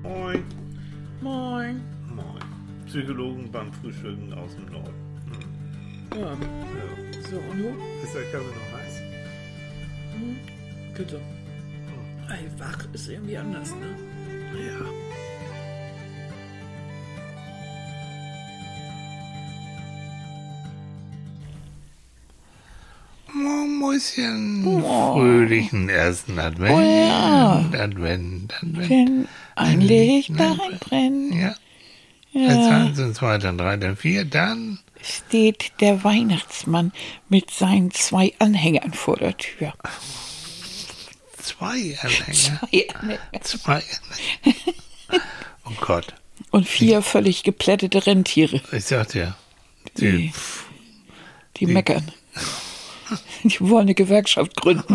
Moin. Moin. Moin. Psychologen beim Frühstücken aus dem Norden. Ja, Ja. so und du? Ist der Kaffee noch heiß? Bitte. Ey, wach ist irgendwie anders, ne? Ja. Mäuschen, fröhlichen ersten Advent. Oh ja. Advent. Wenn ein Licht darin brennt, Ja. ja, Als 1 und 2, dann 3, dann 4, dann... steht der Weihnachtsmann mit seinen 2 Anhängern vor der Tür. 2 Anhänger. 2 Anhänger. 2 Anhänger. Oh Gott. Und 4 völlig geplättete Rentiere, Ich sag dir. die meckern. Die wollen eine Gewerkschaft gründen.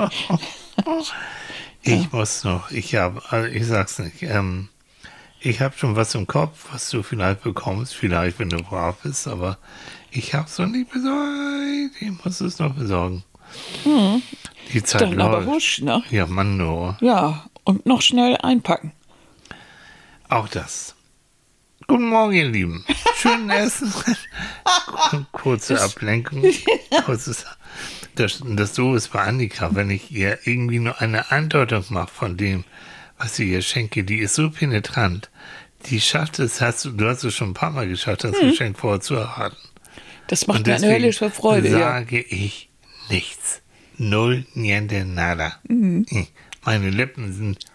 Ich muss noch, ich sag's nicht, ich habe schon was im Kopf, was du vielleicht bekommst, vielleicht, wenn du brav bist, aber ich hab's noch nicht besorgt, ich muss es noch besorgen. Die Zeit Dann aber läuft. husch, ne? Ja, Mann, nur. Ja, und noch schnell einpacken. Auch das. Guten Morgen, ihr Lieben. Schönen Essen. Kurze Ablenkung. Das Doofe ist bei Annika, wenn ich ihr irgendwie nur eine Andeutung mache von dem, was ich ihr schenke, die ist so penetrant. Die schafft es, du hast es schon ein paar Mal geschafft, das Geschenk vorher zu erraten. Das macht Und mir eine deswegen höllische Freude, ja. sage ich nichts. Null, niente, nada. Meine Lippen sind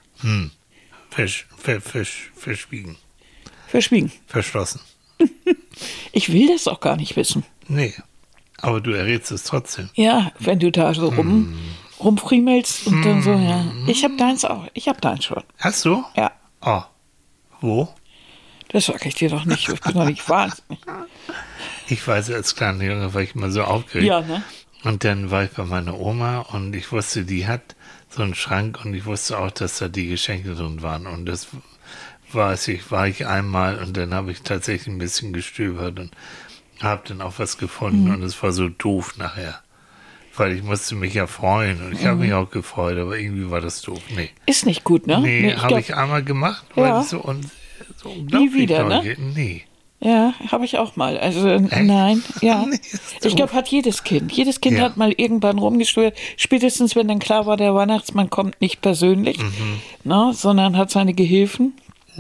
verschwiegen. Verschwiegen. Verschlossen. Ich will das auch gar nicht wissen. Nee, aber du errätst es trotzdem. Ja, wenn du da so rumfriemelst und dann so, ja. Ich hab deins auch. Ich hab deins schon. Hast du? Ja, Oh, wo? das sag ich dir doch nicht. Ich bin doch nicht wahnsinnig. Ich weiß, als kleiner Junge war ich immer so aufgeregt. Ja, ne? Und dann war ich bei meiner Oma und ich wusste, die hat so einen Schrank und ich wusste auch, dass da die Geschenke drin waren. Und das war ich einmal und dann habe ich tatsächlich ein bisschen gestöbert und habe dann auch was gefunden und es war so doof nachher. Weil ich musste mich ja freuen und ich habe mich auch gefreut, aber irgendwie war das doof. Nee, Ist nicht gut, ne? nee, ich habe glaub, ich einmal gemacht, Ja. weil es so unglaublich wieder, doll ne? geht. Nee. Ja, habe ich auch mal. Also, nein, ja. Nee, ist Ich doof. glaube, hat jedes Kind. Jedes Kind Ja. hat mal irgendwann rumgesteuert. Spätestens, wenn dann klar war, der Weihnachtsmann kommt nicht persönlich, ne, sondern hat seine Gehilfen.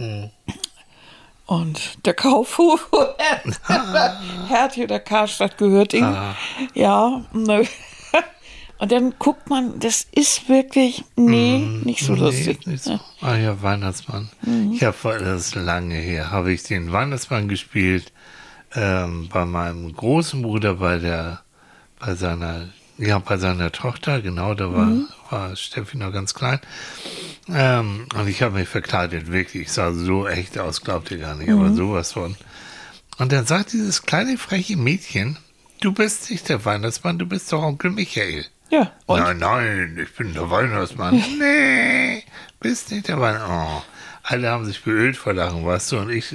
Und der Kaufhof, Hertie oder Karstadt gehört ihm. Ja, ne. Und dann guckt man, das ist wirklich, nicht so lustig. Nee, nicht so. Ah ja, Weihnachtsmann. Ich habe, das ist lange her, habe ich den Weihnachtsmann gespielt bei meinem großen Bruder bei seiner Tochter, genau, da war Steffi noch ganz klein. Und ich habe mich verkleidet, wirklich. Ich sah so echt aus, glaubt ihr gar nicht, aber sowas von. Und dann sagt dieses kleine freche Mädchen, du bist nicht der Weihnachtsmann, du bist doch Onkel Michael. Ja, und Nein, ich bin der Weihnachtsmann. Nee, bist nicht der Weihnachtsmann. Oh, alle haben sich beölt vor Lachen, weißt du, und ich...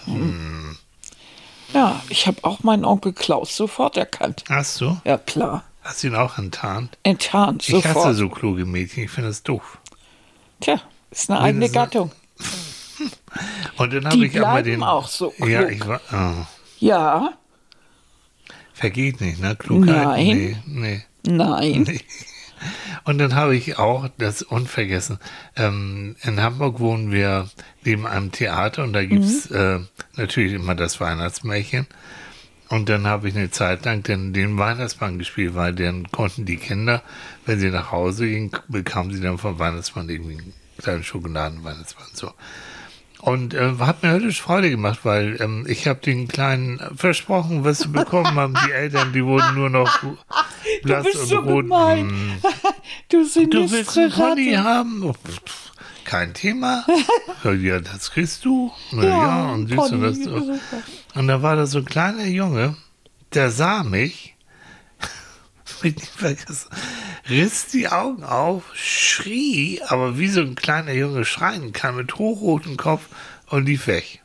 ja, ich habe auch meinen Onkel Klaus sofort erkannt. Hast du? Ja, klar. Hast du ihn auch enttarnt? Enttarnt, Ich hasse sofort. so kluge Mädchen, ich finde das doof. Tja, ist eine eigene Wenigstens- Gattung. Und dann habe Die ich einmal bleiben den... auch so klug. Ja, ich war... Oh, Ja, vergeht nicht, ne? Klugheit? Nein. Nee. nein. Und dann habe ich auch, das unvergessen, in Hamburg wohnen wir neben einem Theater und da gibt's natürlich immer das Weihnachtsmärchen. Und dann habe ich eine Zeit lang den Weihnachtsmann gespielt, weil dann konnten die Kinder, wenn sie nach Hause gingen, bekamen sie dann vom Weihnachtsmann irgendwie einen kleinen Schokoladen-Weihnachtsmann. So. Und hat mir höllisch Freude gemacht, weil ich habe den Kleinen versprochen, was sie bekommen haben. Die Eltern, die wurden nur noch blass Du bist und so rot. gemein. Du Du willst einen sinistre Pony Ratte. haben? Oh, kein Thema. Ja, das kriegst du. Na ja, und süß und das. Pony. Und da war da so ein kleiner Junge, der sah mich, will nicht vergessen, riss die Augen auf, schrie, aber wie so ein kleiner Junge schreien kann, mit hochrotem Kopf und lief weg.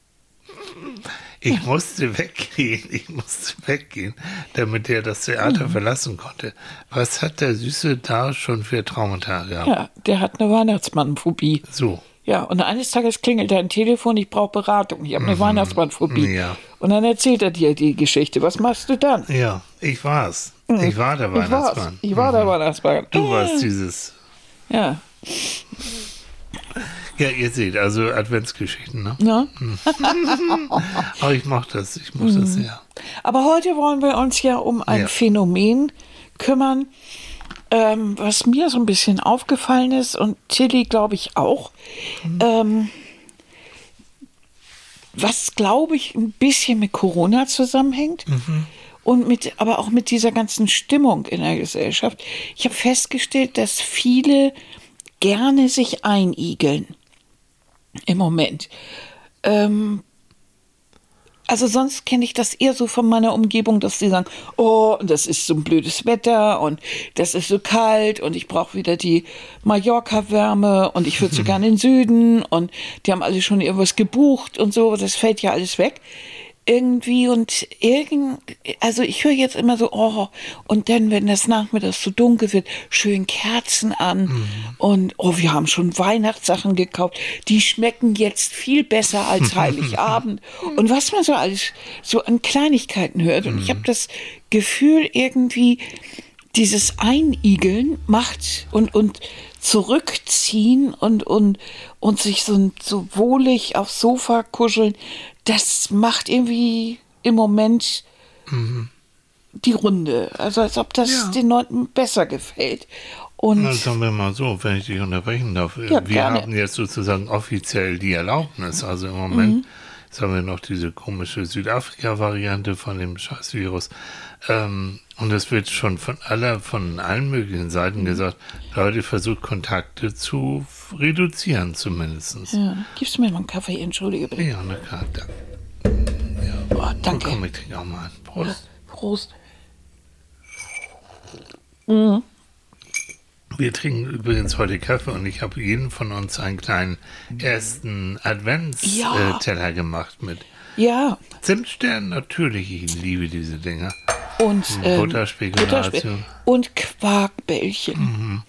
Ich musste weggehen, damit er das Theater verlassen konnte. Was hat der Süße da schon für Traumata gehabt? Ja, der hat eine Weihnachtsmannphobie. So. Ja, und eines Tages klingelt dein Telefon, ich brauche Beratung, ich habe eine Weihnachtsmannphobie. Ja. Und dann erzählt er dir die Geschichte. Was machst du dann? Ja, ich war's. Ich war der Weihnachtsmann. Ich war der Weihnachtsmann. Du warst dieses. Ja. Ja, ihr seht, also Adventsgeschichten, ne? Ja. Aber ich mochte das, sehr. Aber heute wollen wir uns ja um ein Phänomen kümmern, was mir so ein bisschen aufgefallen ist und Tilly, glaube ich, auch. Was, glaube ich, ein bisschen mit Corona zusammenhängt. Und aber auch mit dieser ganzen Stimmung in der Gesellschaft. Ich habe festgestellt, dass viele gerne sich einigeln im Moment. Also sonst kenne ich das eher so von meiner Umgebung, dass die sagen, oh, das ist so ein blödes Wetter und das ist so kalt und ich brauche wieder die Mallorca-Wärme und ich würde so gerne in den Süden und die haben alle schon irgendwas gebucht und so, das fällt ja alles weg. Irgendwie also ich höre jetzt immer so, oh, und dann, wenn das nachmittags so dunkel wird, schön Kerzen an und oh, wir haben schon Weihnachtssachen gekauft, die schmecken jetzt viel besser als Heiligabend und was man so alles so an Kleinigkeiten hört und ich habe das Gefühl irgendwie, dieses Einigeln macht und zurückziehen und sich so wohlig aufs Sofa kuscheln, das macht irgendwie im Moment die Runde. Also als ob das den Leuten besser gefällt. Und na, sagen wir mal so, wenn ich dich unterbrechen darf. Ja, wir gerne. haben jetzt sozusagen offiziell die Erlaubnis. Also im Moment haben wir noch diese komische Südafrika-Variante von dem Scheißvirus. Und es wird schon von allen möglichen Seiten gesagt, Leute, versucht Kontakte zu reduzieren zumindest. ja, gibst du mir mal einen Kaffee, entschuldige bitte. Ja, na klar. Oh, danke. Komm, ich trinke auch mal einen. Prost. Prost. Wir trinken übrigens heute Kaffee und ich habe jedem von uns einen kleinen ersten Adventsteller gemacht mit Zimtsternen. Natürlich, ich liebe diese Dinger. Und Butterspekulation. Und Quarkbällchen.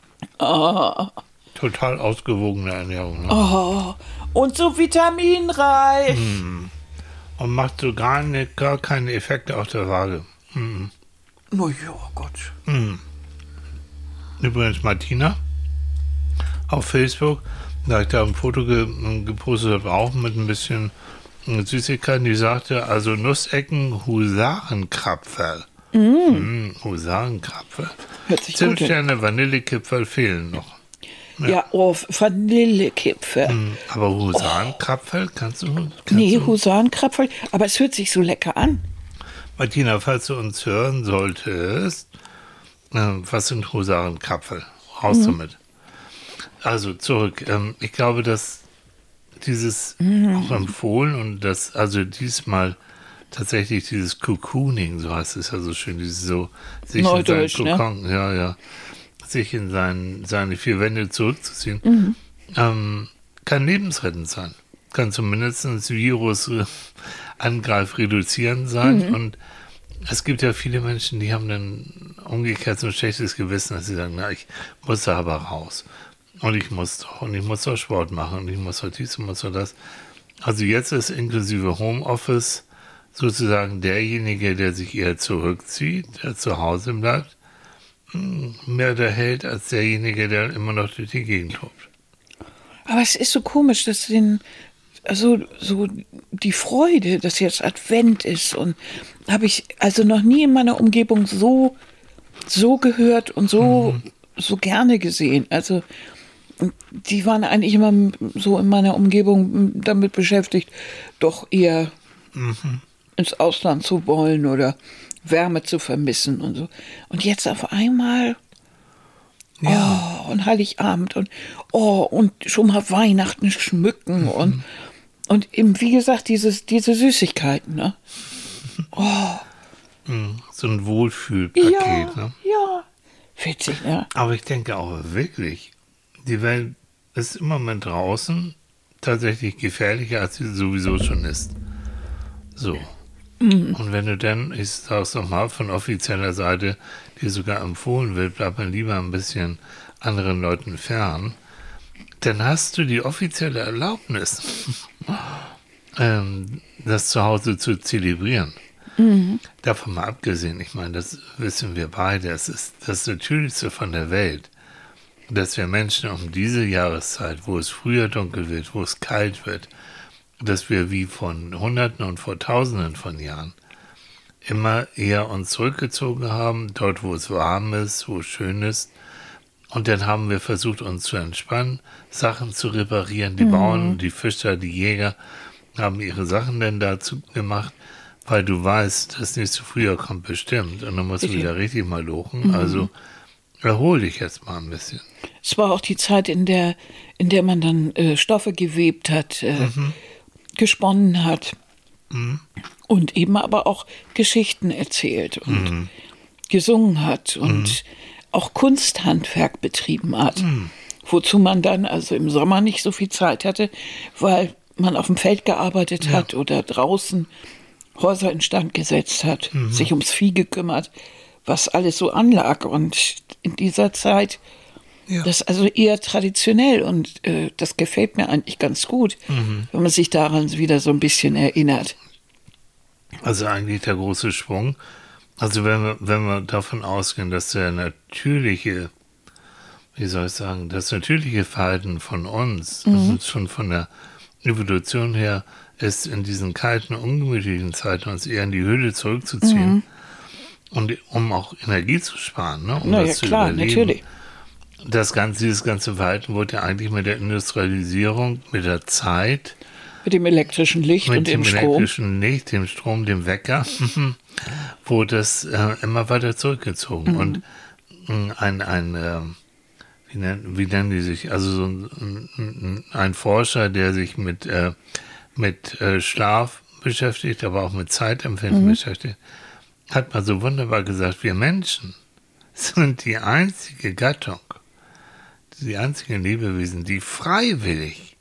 Total ausgewogene Ernährung. Ne? Oh, und so vitaminreich. Und macht so gar keine Effekte auf der Waage. Na ja, Gott. Übrigens Martina auf Facebook, da ich da ein Foto gepostet habe, auch mit ein bisschen Süßigkeiten, die sagte, also Nussecken, Husarenkrapferl. Husarenkrapferl. Hört sich gut an. Zimtsterne, Vanillekipferl fehlen noch. Ja, oh, Vanillekipferl. Aber Husarenkrapferl kannst du? Nee, Husarenkrapferl, aber es hört sich so lecker an. Martina, falls du uns hören solltest, was sind Husarenkrapferl? Raus damit. Also zurück. Ich glaube, dass dieses auch empfohlen und das, also diesmal tatsächlich dieses Cocooning, so heißt es ja so schön, dieses so sich Neudeutsch, in seinen Kokon, sich in seine vier Wände zurückzuziehen, kann lebensrettend sein. Kann zumindest Virusangreif reduzierend sein und es gibt ja viele Menschen, die haben dann umgekehrt so ein schlechtes Gewissen, dass sie sagen, na, ich muss da aber raus. Und ich muss doch Sport machen und ich muss doch dies und muss doch das. Also jetzt ist inklusive Homeoffice sozusagen derjenige, der sich eher zurückzieht, der zu Hause bleibt, mehr der hält als derjenige, der immer noch durch die Gegend tobt. Aber es ist so komisch, dass so die Freude, dass jetzt Advent ist und habe ich also noch nie in meiner Umgebung so gehört und so gerne gesehen. Also die waren eigentlich immer so in meiner Umgebung damit beschäftigt, doch eher ins Ausland zu wollen oder Wärme zu vermissen und so. Und jetzt auf einmal und Heiligabend und schon mal Weihnachten schmücken und eben, wie gesagt, diese Süßigkeiten, ne? So ein Wohlfühlpaket, ne? Ja. Witzig, ne? Aber ich denke auch wirklich, die Welt ist im Moment draußen tatsächlich gefährlicher, als sie sowieso schon ist. So. Und wenn du dann, ich sag's nochmal, von offizieller Seite dir sogar empfohlen wird, bleib mal lieber ein bisschen anderen Leuten fern, dann hast du die offizielle Erlaubnis, das zu Hause zu zelebrieren. Davon mal abgesehen, ich meine, das wissen wir beide, es ist das Natürlichste von der Welt, dass wir Menschen um diese Jahreszeit, wo es früher dunkel wird, wo es kalt wird, dass wir wie von Hunderten und vor Tausenden von Jahren immer eher uns zurückgezogen haben, dort wo es warm ist, wo es schön ist. Und dann haben wir versucht, uns zu entspannen, Sachen zu reparieren. Die Bauern, die Fischer, die Jäger haben ihre Sachen dann dazu gemacht, weil du weißt, das nächste Frühjahr kommt bestimmt und dann musst du wieder richtig mal lochen. Also erhol dich jetzt mal ein bisschen. Es war auch die Zeit, in der man dann Stoffe gewebt hat, gesponnen hat und eben aber auch Geschichten erzählt und gesungen hat und auch Kunsthandwerk betrieben hat. Wozu man dann also im Sommer nicht so viel Zeit hatte, weil man auf dem Feld gearbeitet hat oder draußen Häuser instand gesetzt hat, sich ums Vieh gekümmert, was alles so anlag. Und in dieser Zeit, das ist also eher traditionell und das gefällt mir eigentlich ganz gut, wenn man sich daran wieder so ein bisschen erinnert. Also eigentlich der große Schwung. Also wenn wir davon ausgehen, dass der natürliche, das natürliche Verhalten von uns, also schon von der Evolution her, ist in diesen kalten, ungemütlichen Zeiten uns eher in die Höhle zurückzuziehen, und um auch Energie zu sparen, ne? Um das zu überleben. Natürlich. Dieses ganze Verhalten wurde ja eigentlich mit der Industrialisierung, mit der Zeit, mit dem elektrischen Licht und dem Strom. Mit dem elektrischen Licht, dem Strom, dem Wecker, wurde das immer weiter zurückgezogen. Und wie nennen die sich? Also so ein Forscher, der sich mit Schlaf beschäftigt, aber auch mit Zeitempfinden beschäftigt, hat mal so wunderbar gesagt, wir Menschen sind die einzige Gattung, die einzigen Lebewesen, die freiwillig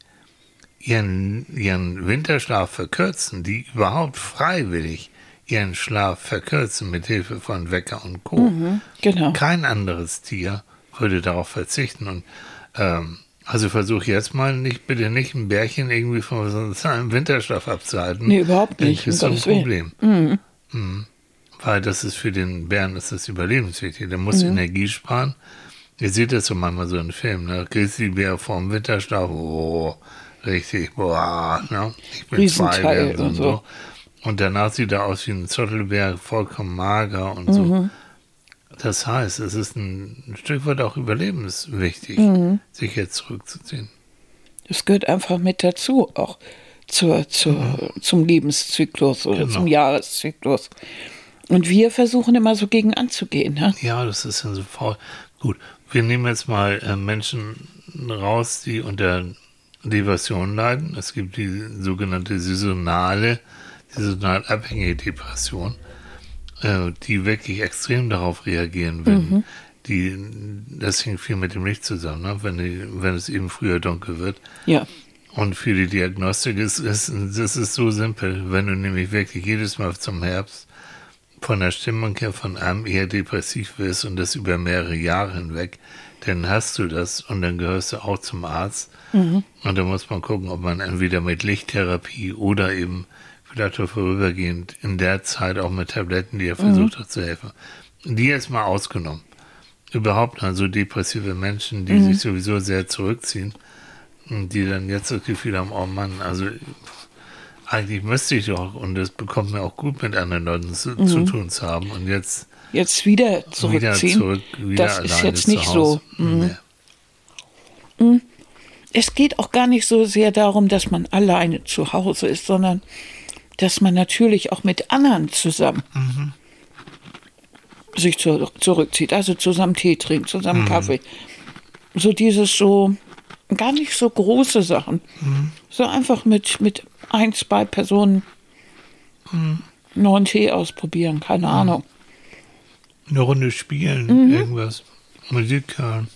ihren Winterschlaf verkürzen, die überhaupt freiwillig ihren Schlaf verkürzen mit Hilfe von Wecker und Co. Genau. Kein anderes Tier würde darauf verzichten. Und also versuch jetzt mal bitte nicht ein Bärchen irgendwie von seinem Winterschlaf abzuhalten. Nee, überhaupt nicht. Das ist ein Problem. Weil das ist für den Bären ist das überlebenswichtig. Der muss Energie sparen. Ihr seht das so manchmal so in Filmen, ne? Grizzlybär vorm Winterschlaf, richtig, ne? Ich bin Riesenteil und so. Und danach sieht er aus wie ein Zottelbär, vollkommen mager und so. Das heißt, es ist ein Stück weit auch überlebenswichtig, sich jetzt zurückzuziehen. Das gehört einfach mit dazu, auch zum Lebenszyklus oder zum Jahreszyklus. Und wir versuchen immer so gegen anzugehen. Ne? Ja, das ist ja so faul. Gut, wir nehmen jetzt mal Menschen raus, die unter Depression leiden. Es gibt die sogenannte saisonal abhängige Depression, die wirklich extrem darauf reagieren, wenn das hängt viel mit dem Licht zusammen, ne? Wenn es eben früher dunkel wird. Ja. Und für die Diagnostik ist das ist so simpel, wenn du nämlich wirklich jedes Mal zum Herbst von der Stimmung her von einem eher depressiv wirst und das über mehrere Jahre hinweg, dann hast du das und dann gehörst du auch zum Arzt. Und dann muss man gucken, ob man entweder mit Lichttherapie oder eben vielleicht auch vorübergehend in der Zeit auch mit Tabletten, die er versucht hat zu helfen. Die jetzt mal ausgenommen. Überhaupt also depressive Menschen, die sich sowieso sehr zurückziehen und die dann jetzt das Gefühl haben, oh Mann, also eigentlich müsste ich doch, und das bekommt mir auch gut mit anderen Leuten zu tun zu haben und jetzt wieder zurückziehen, das ist jetzt nicht so. Es geht auch gar nicht so sehr darum, dass man alleine zu Hause ist, sondern dass man natürlich auch mit anderen zusammen sich zurückzieht, also zusammen Tee trinkt, zusammen Kaffee. So dieses so, gar nicht so große Sachen, so einfach mit 1, 2 Personen neuen Tee ausprobieren, keine Ahnung. Eine Runde spielen, irgendwas, Musik hören.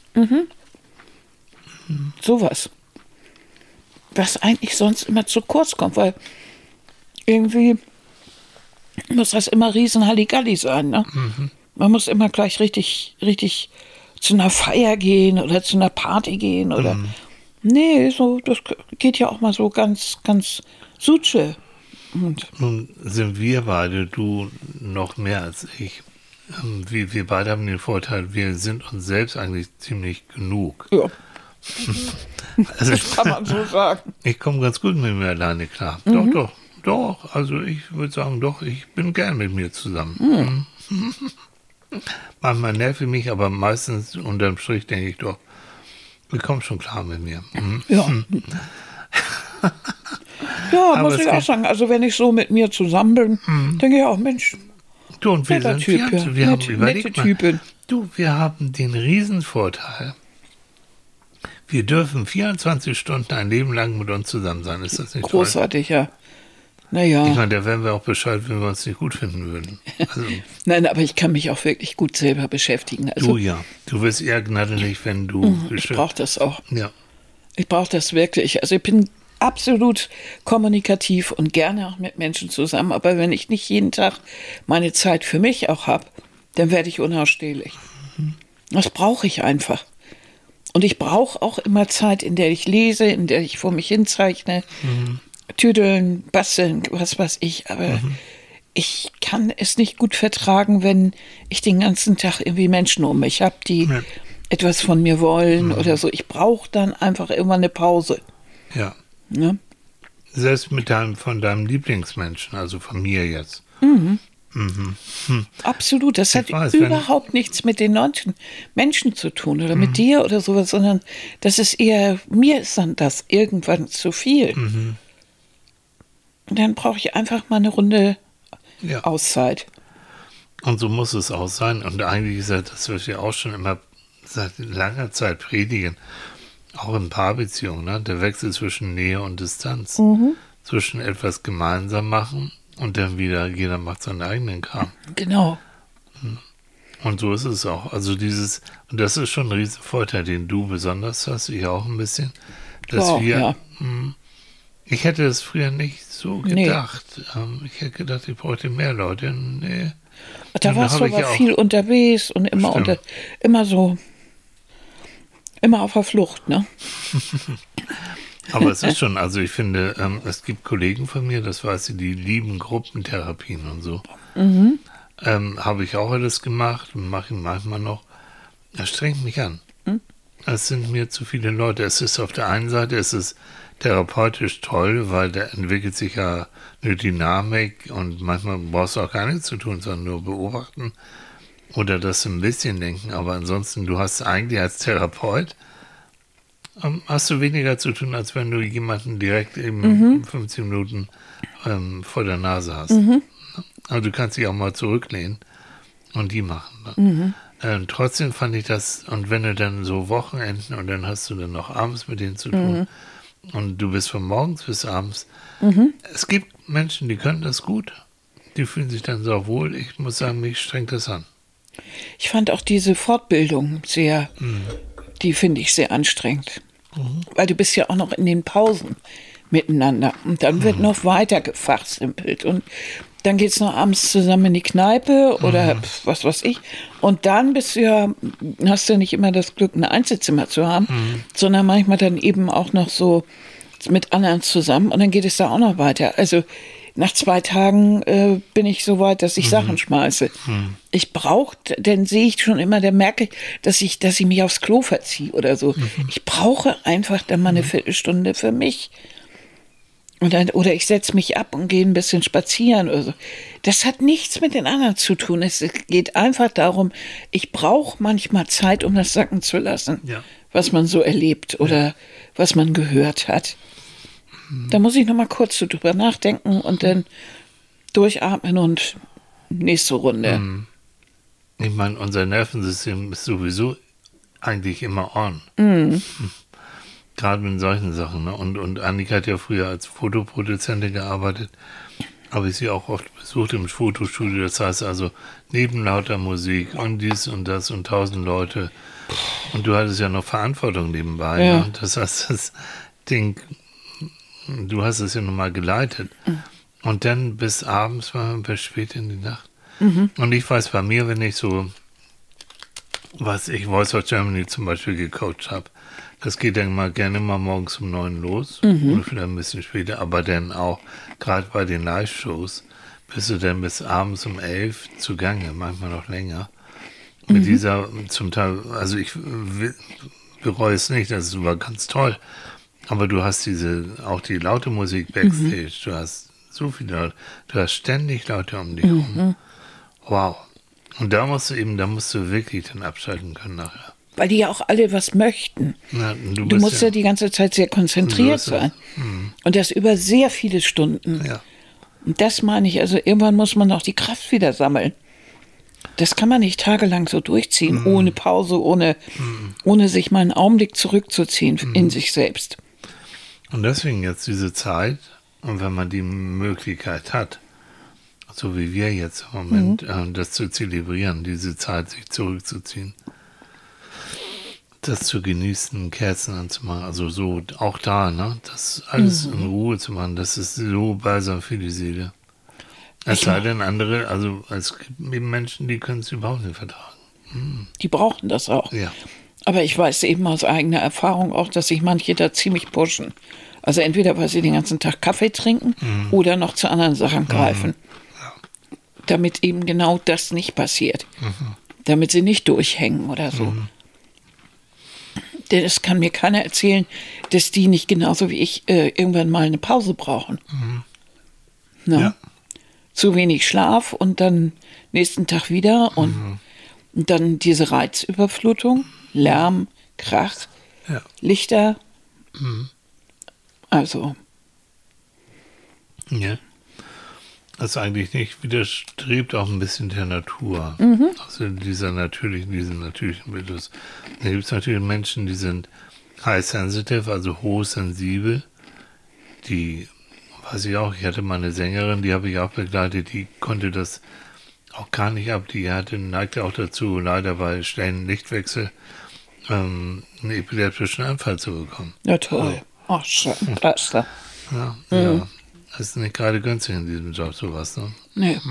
Sowas. Was eigentlich sonst immer zu kurz kommt, weil irgendwie muss das immer riesen Halligalli sein, ne? Man muss immer gleich richtig zu einer Feier gehen oder zu einer Party gehen oder Nee, so, das geht ja auch mal so ganz, ganz suche. Und Nun sind wir beide, du noch mehr als ich. Wir beide haben den Vorteil, wir sind uns selbst eigentlich ziemlich genug. ja, Also das kann man so sagen. ich komme ganz gut mit mir alleine klar. Doch. Also ich würde sagen, doch, ich bin gern mit mir zusammen. Manchmal nerve ich mich, aber meistens unterm Strich denke ich doch, wir kommen schon klar mit mir. Ja. Ja, Aber muss es ich auch geht- sagen. Also wenn ich so mit mir zusammen bin, denke ich auch, Mensch, Du und wir netter sind Typ, ja. wir haben Nette überlegt mal, Typin. wir haben den Riesenvorteil. Wir dürfen 24 Stunden ein Leben lang mit uns zusammen sein. Ist das nicht toll? Großartig, ja. Ich Naja, meine, da wären wir auch Bescheid, wenn wir uns nicht gut finden würden. Also, nein, aber ich kann mich auch wirklich gut selber beschäftigen. Also du ja. Du wirst eher gnadenlich, wenn du ich brauche das auch. Ja. Ich brauche das wirklich. Also ich bin absolut kommunikativ und gerne auch mit Menschen zusammen. Aber wenn ich nicht jeden Tag meine Zeit für mich auch habe, dann werde ich unausstehlich. Das brauche ich einfach. Und ich brauche auch immer Zeit, in der ich lese, in der ich vor mich hinzeichne, tüdeln, basteln, was weiß ich. Aber ich kann es nicht gut vertragen, wenn ich den ganzen Tag irgendwie Menschen um mich habe, die Ja. etwas von mir wollen oder so. Ich brauche dann einfach immer eine Pause. Ja. Ne? Selbst von deinem Lieblingsmenschen, also von mir jetzt. Absolut. Das hat weiß, wenn- überhaupt nichts mit den Menschen zu tun oder mit dir oder sowas, sondern das ist eher, mir ist dann das irgendwann zu viel. Und dann brauche ich einfach mal eine Runde Ja. Auszeit. Und so muss es auch sein. Und eigentlich ist ja das, was wir auch schon immer seit langer Zeit predigen, auch in Paarbeziehungen, ne? Der Wechsel zwischen Nähe und Distanz. Zwischen etwas gemeinsam machen und dann wieder, jeder macht seinen eigenen Kram. Genau. Und so ist es auch. Also und das ist schon ein riesen Vorteil, den du besonders hast, ich auch ein bisschen, dass Wow, wir, ja. ich hätte es früher nicht so Nee. gedacht. Ich hätte gedacht, ich bräuchte mehr Leute. Nee. Da Und warst du habe ich aber ja auch- viel unterwegs und immer Stimmt. immer auf der Flucht, ne? Aber es ist schon, also ich finde, es gibt Kollegen von mir, das weiß ich, die lieben Gruppentherapien und so. Habe ich auch alles gemacht und mache ich manchmal noch. Das strengt mich an. Es sind mir zu viele Leute. Es ist auf der einen Seite, es ist therapeutisch toll, weil da entwickelt sich ja eine Dynamik und manchmal brauchst du auch gar nichts zu tun, sondern nur beobachten oder das ein bisschen denken. Aber ansonsten, du hast eigentlich als Therapeut hast du weniger zu tun, als wenn du jemanden direkt eben 15 Minuten vor der Nase hast. Also du kannst dich auch mal zurücklehnen und die machen. Ne? Trotzdem fand ich das, und wenn du dann so Wochenenden und dann hast du dann noch abends mit denen zu tun und du bist von morgens bis abends. Es gibt Menschen, die können das gut, die fühlen sich dann so wohl. Ich muss sagen, mich strengt das an. Ich fand auch diese Fortbildung die finde ich sehr anstrengend. Weil du bist ja auch noch in den Pausen miteinander. Und dann wird noch weiter gefachsimpelt. Und dann geht es noch abends zusammen in die Kneipe oder was weiß ich. Und dann hast du nicht immer das Glück, ein Einzelzimmer zu haben, sondern manchmal dann eben auch noch so mit anderen zusammen. Und dann geht es da auch noch weiter. Also nach 2 Tagen bin ich so weit, dass ich Sachen schmeiße. Ich brauche, dann sehe ich schon immer, dann merke ich, dass ich mich aufs Klo verziehe oder so. Ich brauche einfach dann mal eine Viertelstunde für mich. Und dann, oder ich setze mich ab und gehe ein bisschen spazieren oder so. Das hat nichts mit den anderen zu tun. Es geht einfach darum, ich brauche manchmal Zeit, um das sacken zu lassen, Ja. was man so erlebt oder was man gehört hat. Da muss ich noch mal kurz so drüber nachdenken und dann durchatmen und nächste Runde. Ich meine, unser Nervensystem ist sowieso eigentlich immer on. Gerade mit solchen Sachen. Ne? Und Annika hat ja früher als Fotoproduzentin gearbeitet. Habe ich sie auch oft besucht im Fotostudio. Das heißt also, neben lauter Musik und dies und das und 1000 Leute. Und du hattest ja noch Verantwortung nebenbei. Ja. Ne? Das heißt, das Ding, du hast es ja nochmal geleitet. Und dann bis abends, bis spät in die Nacht. Und ich weiß bei mir, wenn ich so was ich Voice of Germany zum Beispiel gecoacht habe. Das geht dann mal gerne mal morgens um 9 los oder vielleicht ein bisschen später, aber dann auch gerade bei den Live-Shows bist du dann bis abends um 11 zugange, manchmal noch länger. Mit dieser zum Teil, also ich bereue es nicht, das war ganz toll, aber du hast auch die laute Musik Backstage, du hast so viele Leute, du hast ständig Leute um dich herum. Wow. Und da musst du wirklich dann abschalten können nachher. Weil die ja auch alle was möchten. Na, du musst ja die ganze Zeit sehr konzentriert sein. Und das über sehr viele Stunden. Ja. Und das meine ich, also irgendwann muss man auch die Kraft wieder sammeln. Das kann man nicht tagelang so durchziehen, ohne Pause, ohne sich mal einen Augenblick zurückzuziehen in sich selbst. Und deswegen jetzt diese Zeit, und wenn man die Möglichkeit hat, so wie wir jetzt im Moment, das zu zelebrieren, diese Zeit sich zurückzuziehen, das zu genießen, Kerzen anzumachen, also so auch da, ne, das alles in Ruhe zu machen, das ist so balsam für die Seele. Es sei denn andere, also es gibt eben Menschen, die können es überhaupt nicht vertragen. Die brauchen das auch. Ja. Aber ich weiß eben aus eigener Erfahrung auch, dass sich manche da ziemlich pushen. Also entweder, weil sie den ganzen Tag Kaffee trinken oder noch zu anderen Sachen greifen. Ja. Damit eben genau das nicht passiert. Damit sie nicht durchhängen oder so. Denn es kann mir keiner erzählen, dass die nicht genauso wie ich irgendwann mal eine Pause brauchen. Ne? Ja. Zu wenig Schlaf und dann nächsten Tag wieder und dann diese Reizüberflutung, Lärm, Krach, Lichter. Also. Ja. Das eigentlich nicht widerstrebt auch ein bisschen der Natur. Also diesem natürlichen Rhythmus. Da gibt es natürlich Menschen, die sind high sensitive, also hochsensibel. Die, weiß ich auch, ich hatte mal eine Sängerin, die habe ich auch begleitet, die konnte das auch gar nicht ab. Die neigte auch dazu, leider bei schnellen Lichtwechsel einen epileptischen Anfall zu bekommen. Ja, toll. Ach, schön. Klasse. Ja, ja. Das ist nicht gerade günstig in diesem Job, sowas, ne? Nee.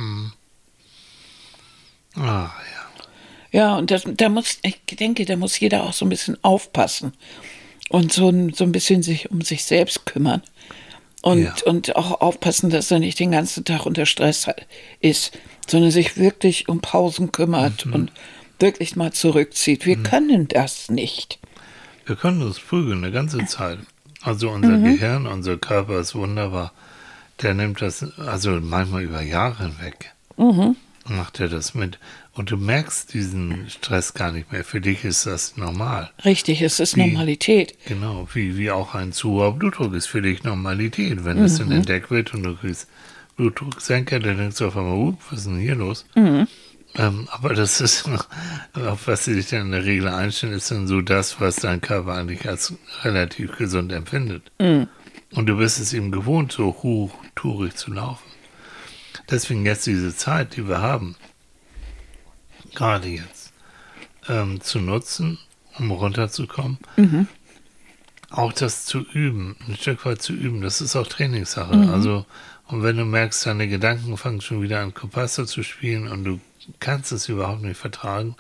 Ach, ja. Ja, und ich denke, da muss jeder auch so ein bisschen aufpassen und so ein bisschen sich um sich selbst kümmern. Und auch aufpassen, dass er nicht den ganzen Tag unter Stress ist, sondern sich wirklich um Pausen kümmert und wirklich mal zurückzieht. Wir können das nicht. Wir können uns prügeln eine ganze Zeit. Also unser Gehirn, unser Körper ist wunderbar. Der nimmt das, also manchmal über Jahre hinweg, macht er das mit. Und du merkst diesen Stress gar nicht mehr. Für dich ist das normal. Richtig, es ist Normalität. Genau, wie auch ein zu hoher Blutdruck ist für dich Normalität. Wenn das dann entdeckt wird und du kriegst Blutdrucksenker, dann denkst du auf einmal, was ist denn hier los? Aber das ist, auf was sie sich dann in der Regel einstellen, ist dann so das, was dein Körper eigentlich als relativ gesund empfindet. Und du bist es eben gewohnt, so hochtourig zu laufen. Deswegen jetzt diese Zeit, die wir haben, gerade jetzt, zu nutzen, um runterzukommen, auch das zu üben, ein Stück weit zu üben, das ist auch Trainingssache. Also, und wenn du merkst, deine Gedanken fangen schon wieder an Corpuscle zu spielen und du kannst es überhaupt nicht vertragen,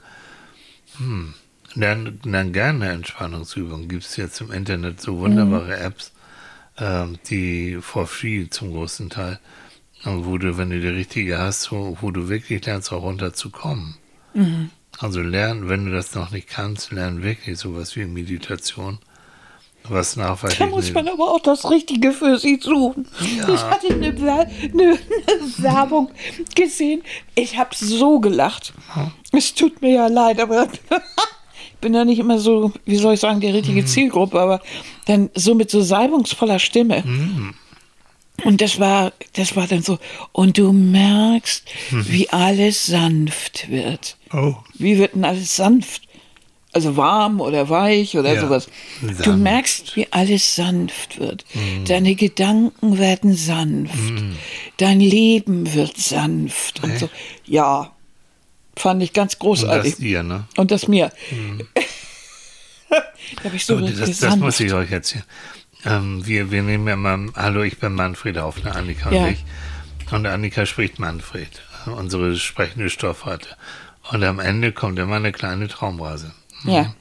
lern gerne Entspannungsübungen. Gibt es jetzt im Internet so wunderbare Apps, die for free zum großen Teil, wo du, wenn du die richtige hast, wo du wirklich lernst, auch runterzukommen. Also lernen, wenn du das noch nicht kannst, lernen wirklich sowas wie Meditation. Was nachweislich. Da muss man aber auch das Richtige für sie suchen. Ja. Ich hatte eine Werbung gesehen. Ich habe so gelacht. Es tut mir ja leid, aber ich bin ja nicht immer so, wie soll ich sagen, die richtige Zielgruppe, aber dann so mit so salbungsvoller Stimme. Und das war dann so, und du merkst, wie alles sanft wird. Oh. Wie wird denn alles sanft? Also warm oder weich oder sowas. Sanft. Du merkst, wie alles sanft wird. Deine Gedanken werden sanft. Dein Leben wird sanft. Und so. Ja, fand ich ganz großartig. Und das dir, ne? Und das mir. Da habe ich so das muss ich euch erzählen. Wir nehmen ja mal, hallo, ich bin Manfred auf, ne, Annika und ich. Und Annika spricht Manfred, unsere sprechende Stoffrate. Und am Ende kommt immer eine kleine Traumreise. Ja.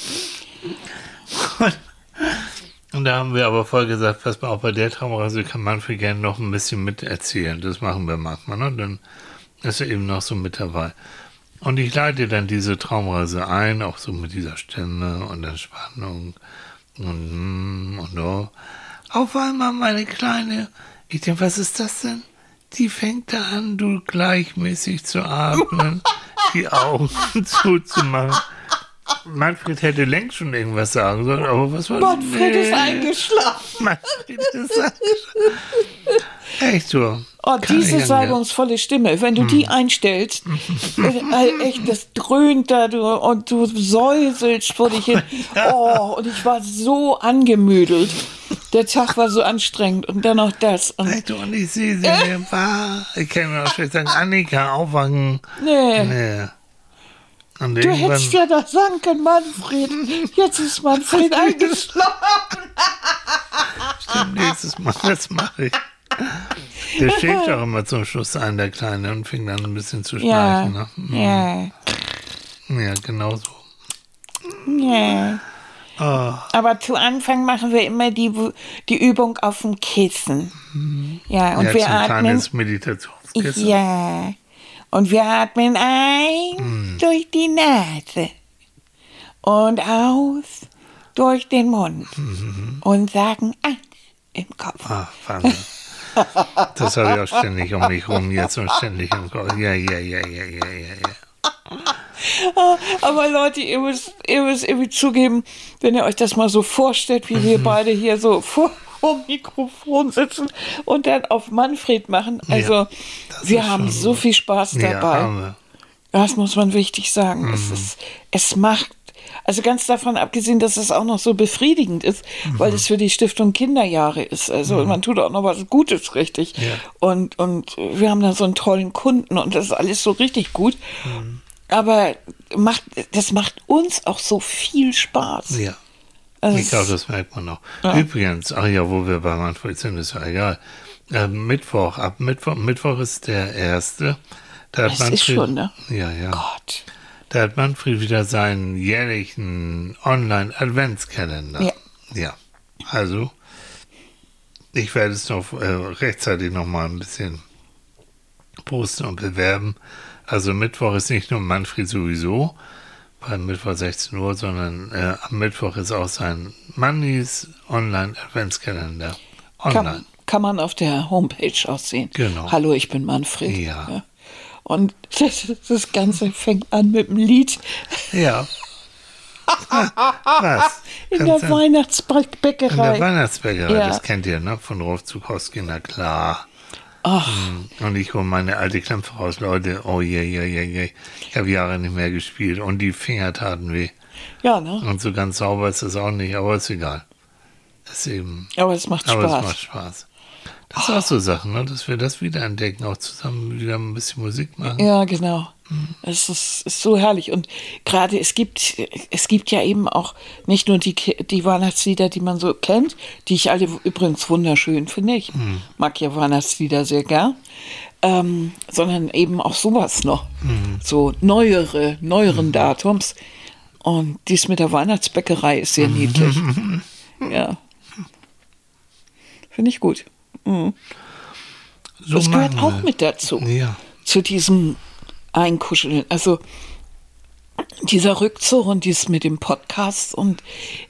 Und da haben wir aber voll gesagt, pass mal, auch bei der Traumreise kann Manfred gerne noch ein bisschen miterzählen. Das machen wir manchmal, ne? Dann ist er eben noch so mit dabei. Und ich leite dann diese Traumreise ein, auch so mit dieser Stimme und der Spannung und so. Auf einmal meine Kleine, ich denke, was ist das denn? Die fängt da an, du gleichmäßig zu atmen, die Augen zuzumachen. Manfred hätte längst schon irgendwas sagen sollen, aber was war das? Manfred ist eingeschlafen. Manfred ist eingeschlafen. Echt so. Oh, diese salbungsvolle Stimme, wenn du die einstellst, echt, das dröhnt da und du säuselst vor dich hin. Oh, und ich war so angemüdelt. Der Tag war so anstrengend und dann noch das. Und ich sehe sie ich kann mir auch schlecht sagen, Annika, aufwachen. Nee. Du hättest ja da sagen können, Manfred. Jetzt ist Manfred eingeschlafen. Stimmt, nächstes Mal, das mache ich. Der schläft auch immer zum Schluss ein, der Kleine, und fing dann ein bisschen zu schnarchen. Ja, ne? Ja, genau so. Ja. Oh. Aber zu Anfang machen wir immer die Übung auf dem Kissen. Ja, und wir so ein atmen. Kleines Meditationskissen. Ja. Und wir atmen ein durch die Nase und aus durch den Mund und sagen 1 im Kopf. Ach, Wahnsinn. Das habe ich auch ständig um mich rum jetzt und ständig im Kopf. Ja. Aber Leute, ihr müsst irgendwie zugeben, wenn ihr euch das mal so vorstellt, wie wir beide hier so vor dem Mikrofon sitzen und dann auf Manfred machen. Also wir haben so viel Spaß dabei. Ja, das muss man wichtig sagen. Es macht, also ganz davon abgesehen, dass es auch noch so befriedigend ist, weil es für die Stiftung Kinderjahre ist. Also man tut auch noch was Gutes, richtig. Ja. Und wir haben da so einen tollen Kunden und das ist alles so richtig gut. Aber das macht uns auch so viel Spaß. Ja. Also Ich glaube, das merkt man auch. Ja. Übrigens, wo wir bei Manfred sind, ist ja egal. Mittwoch ist der 1. Das ist schon, ne? Ja. Gott. Da hat Manfred wieder seinen jährlichen Online-Adventskalender. Ja. Also, ich werde es noch rechtzeitig noch mal ein bisschen posten und bewerben. Also Mittwoch ist nicht nur Manfred sowieso, beim Mittwoch 16 Uhr, sondern am Mittwoch ist auch sein Mannis Online-Adventskalender. Online. Kann man auf der Homepage auch sehen. Genau. Hallo, ich bin Manfred. Ja. Und das Ganze fängt an mit dem Lied. Ja. Was? In der Weihnachtsbäckerei. In der Weihnachtsbäckerei, Ja. Das kennt ihr, ne? Von Rolf Zukowski, na klar. Ach, Und ich hole meine alte Klämpfe raus, Leute. Oh je. Ich habe Jahre nicht mehr gespielt und die Finger taten weh. ja, ne? Und so ganz sauber ist das auch nicht, aber ist egal. Ist eben. Aber es macht Aber Spaß. es macht Spaß. Das sind auch so Sachen, ne? Dass wir das wiederentdecken, auch zusammen wieder ein bisschen Musik machen. Ja, genau. Es ist so herrlich. Und gerade es gibt ja eben auch nicht nur die Weihnachtslieder, die man so kennt, die ich alle übrigens wunderschön finde. Ich mag ja Weihnachtslieder sehr gern. Sondern eben auch sowas noch. So neueren Datums. Und dies mit der Weihnachtsbäckerei ist sehr niedlich. Ja. Finde ich gut. So Das gehört machen auch wir. mit dazu. Ja. Zu diesem Einkuscheln. Also dieser Rückzug und dies mit dem Podcast und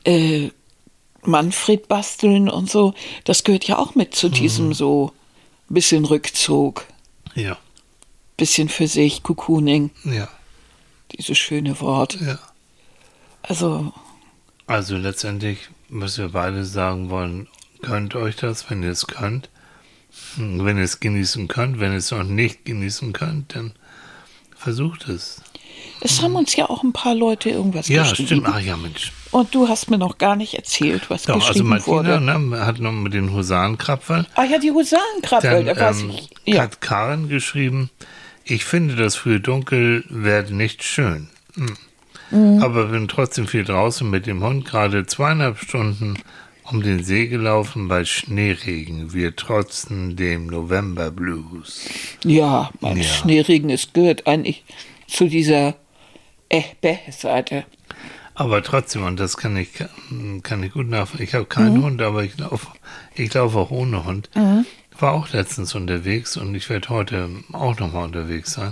Manfred basteln und so, das gehört ja auch mit zu diesem so bisschen Rückzug, Ja. bisschen für sich, Cocooning, Ja. dieses schöne Wort. Ja. Also, Also letztendlich müssen wir beide sagen wollen, gönnt euch das, wenn ihr es könnt. Wenn ihr es genießen könnt, wenn ihr es noch nicht genießen könnt, dann versucht es. es haben uns ja auch ein paar Leute irgendwas Ja, geschrieben. stimmt. Ach ja, Mensch. Und du hast mir noch gar nicht erzählt, was Doch, also geschrieben Martina wurde. hat noch mit den Husarenkrapfen. Ah ja, die Husarenkrabbe, da weiß ich. Ja. Hat Karen geschrieben, ich finde das frühe Dunkel werde nicht schön. Aber bin trotzdem viel draußen mit dem Hund, gerade 2,5 Stunden um den See gelaufen bei Schneeregen. Wir trotzen dem November Blues. Ja, mein Ja. Schneeregen ist gehört eigentlich zu dieser Seite. Aber trotzdem, und das kann ich gut nachvollziehen. Ich habe keinen Hund, aber ich laufe auch ohne Hund. War auch letztens unterwegs und ich werde heute auch nochmal unterwegs sein.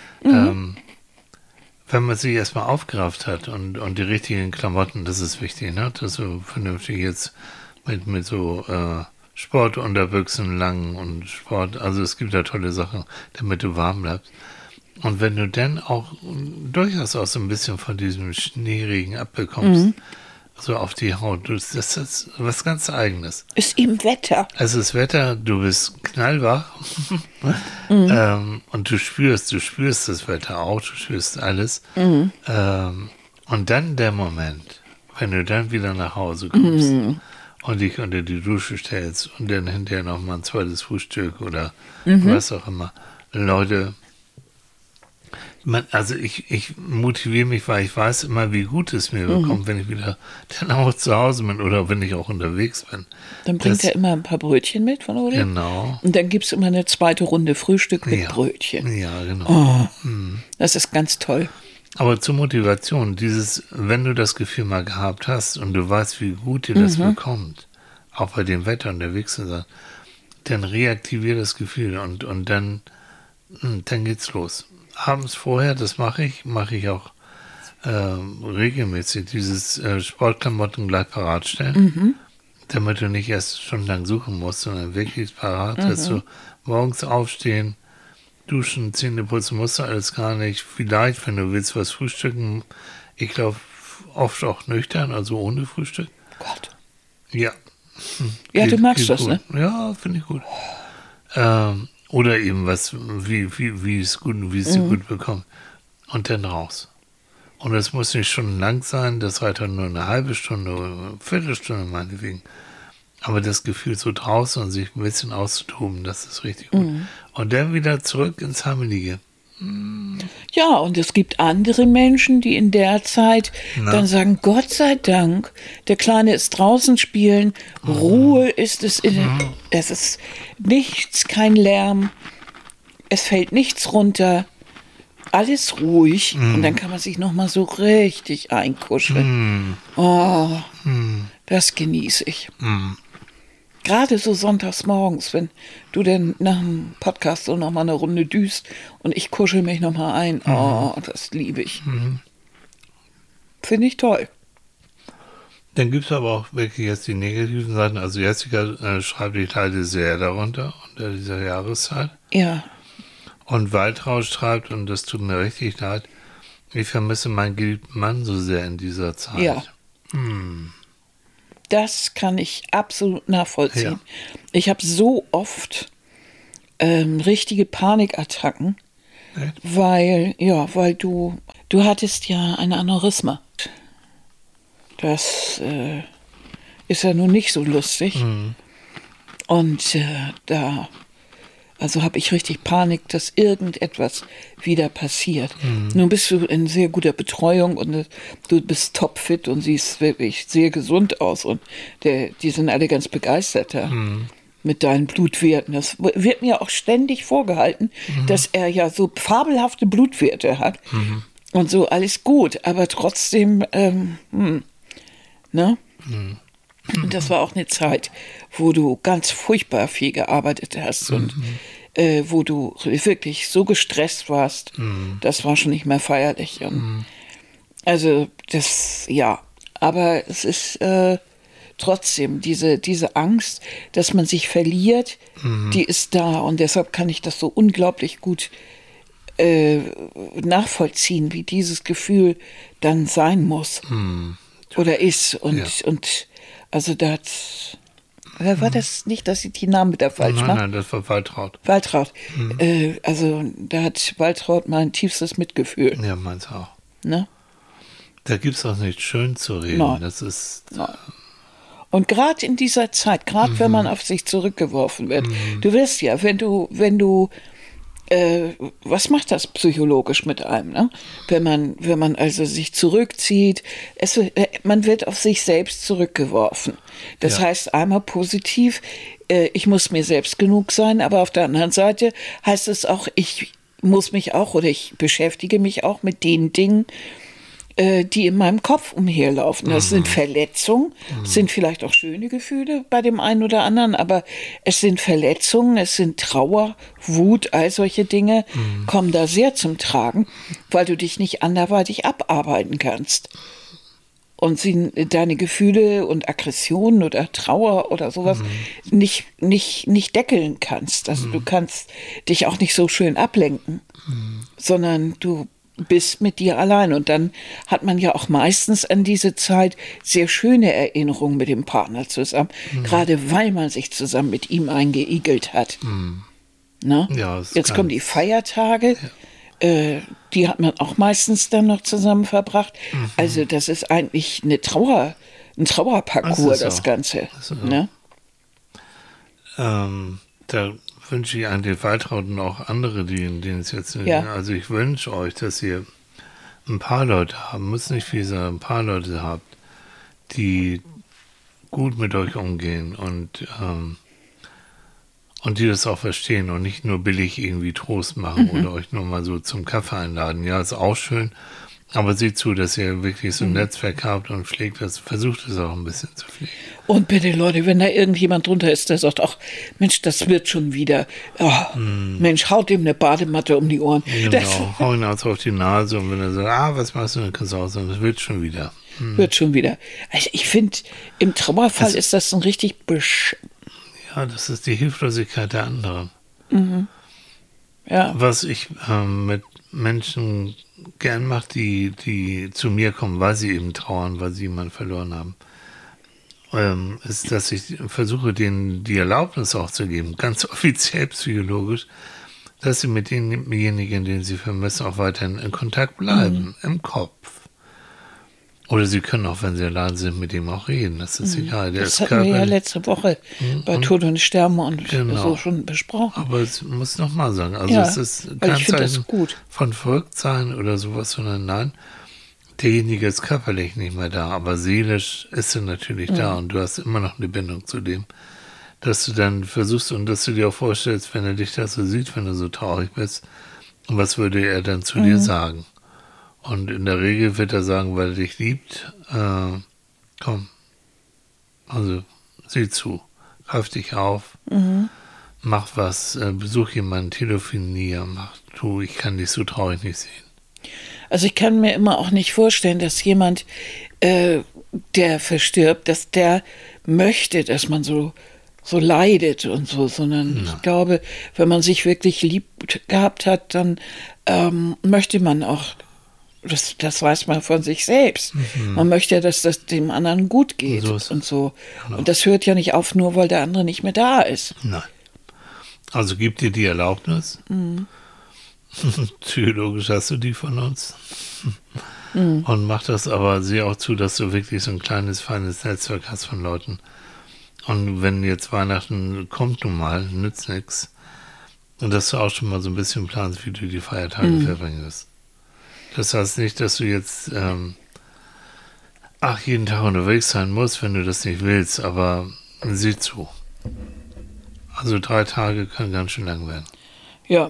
Wenn man sich erstmal aufgerafft hat und die richtigen Klamotten, das ist wichtig, ne? Dass du vernünftig jetzt mit so Sportunterbüchsen lang und Sport, also es gibt da tolle Sachen, damit du warm bleibst. Und wenn du dann auch durchaus auch so ein bisschen von diesem Schneeregen abbekommst, so auf die Haut, das ist was ganz Eigenes. Ist eben Wetter. Also das Wetter, du bist knallwach und du spürst das Wetter auch, du spürst alles. Und dann der Moment, wenn du dann wieder nach Hause kommst und dich unter die Dusche stellst und dann hinterher nochmal ein zweites Frühstück oder was auch immer. Leute, also ich motiviere mich, weil ich weiß immer, wie gut es mir bekommt, wenn ich wieder dann auch zu Hause bin oder wenn ich auch unterwegs bin. Dann bringt er immer ein paar Brötchen mit von Uli. Genau. Und dann gibt es immer eine zweite Runde Frühstück mit Brötchen. Ja, genau. Das ist ganz toll. Aber zur Motivation, wenn du das Gefühl mal gehabt hast und du weißt, wie gut dir das bekommt, auch bei dem Wetter unterwegs zu sein, dann reaktivier das Gefühl und dann geht's los. Abends vorher, das mache ich auch regelmäßig, dieses Sportklamotten gleich parat stellen, damit du nicht erst stundenlang suchen musst, sondern wirklich parat, dass du morgens aufstehen, duschen, Zähne putzen musst du alles gar nicht. Vielleicht, wenn du willst, was frühstücken. Ich glaube, oft auch nüchtern, also ohne Frühstück. Gott. Ja. Ja, du magst das, gut. ne? Ja, finde ich gut. Oder eben wie es dir gut bekommt. Und dann raus. Und es muss nicht stundenlang sein, das reicht dann nur eine halbe Stunde oder eine Viertelstunde meinetwegen. Aber das Gefühl so draußen und sich ein bisschen auszutoben, das ist richtig gut. Und dann wieder zurück ins Heimelige. Ja, und es gibt andere Menschen, die in der Zeit dann sagen, Gott sei Dank, der Kleine ist draußen spielen, Ruhe ist es, es ist nichts, kein Lärm, es fällt nichts runter, alles ruhig und dann kann man sich nochmal so richtig einkuscheln. Das genieße ich. Gerade so sonntags morgens, wenn du dann nach dem Podcast so nochmal eine Runde düst und ich kuschel mich nochmal ein. Oh, das liebe ich. Finde ich toll. Dann gibt es aber auch wirklich jetzt die negativen Seiten. Also Jessica schreibt, ich leide sehr darunter, unter dieser Jahreszeit. Ja. Und Waltraud schreibt, und das tut mir richtig leid, ich vermisse meinen geliebten Mann so sehr in dieser Zeit. Ja. Das kann ich absolut nachvollziehen. Ja. Ich habe so oft richtige Panikattacken, weil du hattest ja ein Aneurysma. Das ist ja nun nicht so lustig. Und also habe ich richtig Panik, dass irgendetwas wieder passiert. Nun bist du in sehr guter Betreuung und du bist topfit und siehst wirklich sehr gesund aus. Und die sind alle ganz begeistert da mit deinen Blutwerten. Das wird mir auch ständig vorgehalten, dass er ja so fabelhafte Blutwerte hat. Und so alles gut, aber trotzdem, ne? Und das war auch eine Zeit, wo du ganz furchtbar viel gearbeitet hast und wo du wirklich so gestresst warst, das war schon nicht mehr feierlich. Und also das, aber es ist trotzdem diese Angst, dass man sich verliert, die ist da und deshalb kann ich das so unglaublich gut nachvollziehen, wie dieses Gefühl dann sein muss oder ist und also war das nicht, dass ich die Namen wieder falsch mache? Nein, das war Waltraud. Waltraud. Also da hat Waltraud mein tiefstes Mitgefühl. Ja, meins auch. Ne? Da gibt es auch nicht schön zu reden. Nein. Das ist... Nein. Und gerade in dieser Zeit, gerade wenn man auf sich zurückgeworfen wird, du wirst ja, wenn du was macht das psychologisch mit einem, ne? Wenn man also sich zurückzieht, man wird auf sich selbst zurückgeworfen. Das heißt einmal positiv, ich muss mir selbst genug sein, aber auf der anderen Seite heißt es auch, ich muss mich auch oder ich beschäftige mich auch mit den Dingen, die in meinem Kopf umherlaufen. Das sind Verletzungen, sind vielleicht auch schöne Gefühle bei dem einen oder anderen, aber es sind Verletzungen, es sind Trauer, Wut, all solche Dinge kommen da sehr zum Tragen, weil du dich nicht anderweitig abarbeiten kannst. Und deine Gefühle und Aggressionen oder Trauer oder sowas nicht deckeln kannst. Also du kannst dich auch nicht so schön ablenken, sondern du bist mit dir allein. Und dann hat man ja auch meistens an diese Zeit sehr schöne Erinnerungen mit dem Partner zusammen, gerade weil man sich zusammen mit ihm eingeigelt hat. Na? Ja, jetzt kommen die Feiertage. Ja. Die hat man auch meistens dann noch zusammen verbracht. Also das ist eigentlich ein Trauerparcours, das Ganze. Ne? Da wünsche ich an die Waltraud und auch andere, denen es jetzt nicht. Ja. Also ich wünsche euch, dass ihr ein paar Leute haben, muss nicht viel sein, ein paar Leute habt, die gut mit euch umgehen und die das auch verstehen und nicht nur billig irgendwie Trost machen oder euch nur mal so zum Kaffee einladen. Ja, ist auch schön, aber seht zu, dass ihr wirklich so ein Netzwerk habt und pflegt das, versucht es auch ein bisschen zu pflegen. Und bitte Leute, wenn da irgendjemand drunter ist, der sagt, ach Mensch, das wird schon wieder, Mensch, haut ihm eine Badematte um die Ohren. Genau, hau ihn also auf die Nase und wenn er sagt, was machst du, dann kannst du auch sagen, das wird schon wieder. Wird schon wieder. Also ich finde, im Trauerfall ist das ein richtig Ja, das ist die Hilflosigkeit der anderen. Ja. Was ich mit Menschen gern mache, die zu mir kommen, weil sie eben trauern, weil sie jemanden verloren haben, ist, dass ich versuche, denen die Erlaubnis auch zu geben, ganz offiziell psychologisch, dass sie mit denjenigen, den sie vermissen, auch weiterhin in Kontakt bleiben, im Kopf. Oder sie können auch, wenn sie allein sind, mit dem auch reden. Das ist egal. Das hatten wir ja letzte Woche bei Tod und Sterben und so schon besprochen. Aber es muss nochmal sagen, also es ist kein Zeichen von Verrücktsein oder sowas, sondern nein, derjenige ist körperlich nicht mehr da, aber seelisch ist er natürlich da und du hast immer noch eine Bindung zu dem, dass du dann versuchst und dass du dir auch vorstellst, wenn er dich da so sieht, wenn du so traurig bist, was würde er dann zu dir sagen? Und in der Regel wird er sagen, weil er dich liebt, komm, also sieh zu, greif dich auf, mach was, besuch jemanden, telefonier, ich kann dich so traurig nicht sehen. Also ich kann mir immer auch nicht vorstellen, dass jemand, der verstirbt, dass der möchte, dass man so leidet und so, sondern ich glaube, wenn man sich wirklich lieb gehabt hat, dann möchte man auch, das weiß man von sich selbst. Man möchte ja, dass das dem anderen gut geht und so. Genau. Und das hört ja nicht auf, nur weil der andere nicht mehr da ist. Nein. Also gib dir die Erlaubnis. Psychologisch hast du die von uns. Und mach das aber, sieh auch zu, dass du wirklich so ein kleines, feines Netzwerk hast von Leuten. Und wenn jetzt Weihnachten kommt nun mal, nützt nichts. Und dass du auch schon mal so ein bisschen planst, wie du die Feiertage verbringst. Das heißt nicht, dass du jetzt jeden Tag unterwegs sein musst, wenn du das nicht willst, aber sieh zu. Also 3 Tage können ganz schön lang werden. Ja.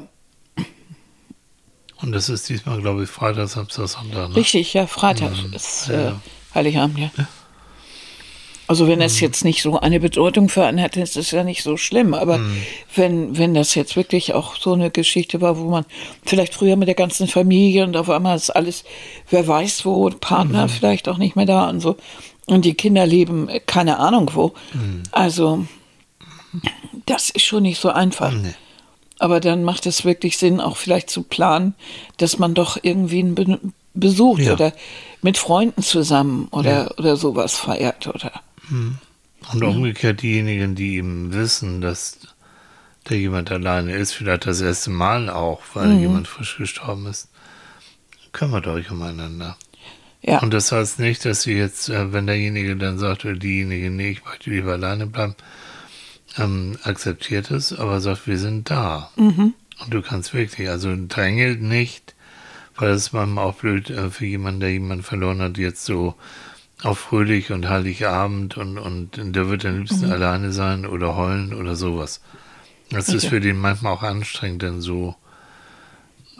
Und das ist diesmal, glaube ich, Freitag, Samstag, Sonntag. Ne? Richtig, ja, Freitag ist Heiligabend, ja. Also wenn das jetzt nicht so eine Bedeutung für einen hat, ist es ja nicht so schlimm. Aber wenn das jetzt wirklich auch so eine Geschichte war, wo man vielleicht früher mit der ganzen Familie und auf einmal ist alles, wer weiß wo, Partner vielleicht auch nicht mehr da und so. Und die Kinder leben keine Ahnung wo. Also das ist schon nicht so einfach. Nee. Aber dann macht es wirklich Sinn, auch vielleicht zu planen, dass man doch irgendwie einen besucht oder mit Freunden zusammen oder sowas feiert. Und umgekehrt diejenigen, die eben wissen, dass da jemand alleine ist, vielleicht das erste Mal auch, weil jemand frisch gestorben ist, kümmert euch umeinander. Ja. Und das heißt nicht, dass sie jetzt, wenn derjenige dann sagt, oder diejenige, nee, ich möchte lieber alleine bleiben, akzeptiert es, aber sagt, wir sind da. Und du kannst wirklich, also drängelt nicht, weil das ist manchmal auch blöd für jemanden, der jemanden verloren hat, jetzt so auf Fröhlich und Heiligabend und der wird am liebsten alleine sein oder heulen oder sowas. Das ist für den manchmal auch anstrengend, denn so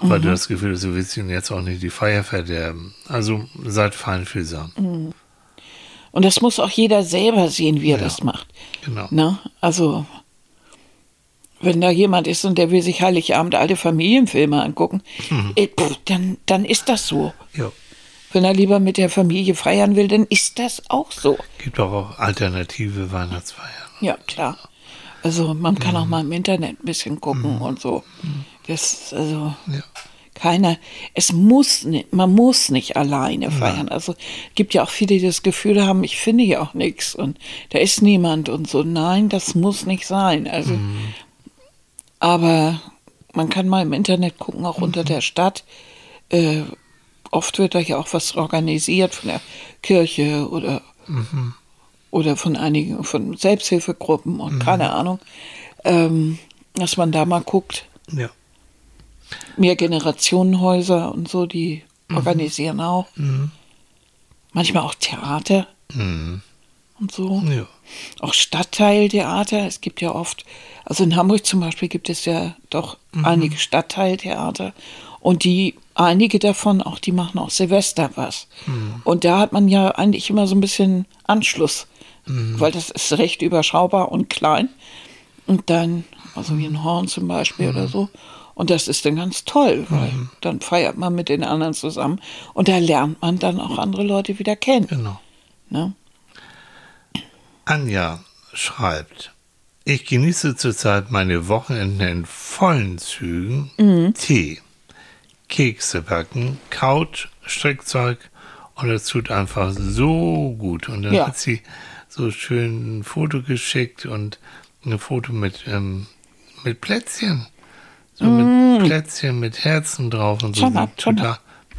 Aber du hast das Gefühl, du willst ihnen jetzt auch nicht die Feier verderben. Also seid feinfühlsam. Und das muss auch jeder selber sehen, wie er das macht. Genau. Ne? Also, wenn da jemand ist und der will sich Heiligabend alte Familienfilme angucken, dann ist das so. Ja. Wenn er lieber mit der Familie feiern will, dann ist das auch so. Gibt auch alternative Weihnachtsfeiern. Ja, klar. Also man kann auch mal im Internet ein bisschen gucken und so. Das, also keiner, man muss nicht alleine feiern. Also gibt ja auch viele, die das Gefühl haben, ich finde hier auch nichts und da ist niemand und so. Nein, das muss nicht sein. Also, aber man kann mal im Internet gucken, auch unter der Stadt. Oft wird da ja auch was organisiert von der Kirche oder von einigen, von Selbsthilfegruppen und keine Ahnung, dass man da mal guckt. Ja. Mehrgenerationenhäuser und so, die organisieren auch. Manchmal auch Theater und so. Ja. Auch Stadtteiltheater. Es gibt ja oft, also in Hamburg zum Beispiel gibt es ja doch einige Stadtteiltheater. Und einige davon, auch die machen auch Silvester was. Und da hat man ja eigentlich immer so ein bisschen Anschluss, weil das ist recht überschaubar und klein. Und dann, also wie ein Horn zum Beispiel oder so. Und das ist dann ganz toll, weil dann feiert man mit den anderen zusammen. Und da lernt man dann auch andere Leute wieder kennen. Genau. Ne? Anja schreibt, ich genieße zurzeit meine Wochenenden in vollen Zügen. Tee, Kekse backen, Couch, Strickzeug und es tut einfach so gut. Und dann hat sie so schön ein Foto geschickt und ein Foto mit Plätzchen. So mit Plätzchen mit Herzen drauf und so. Schau mal.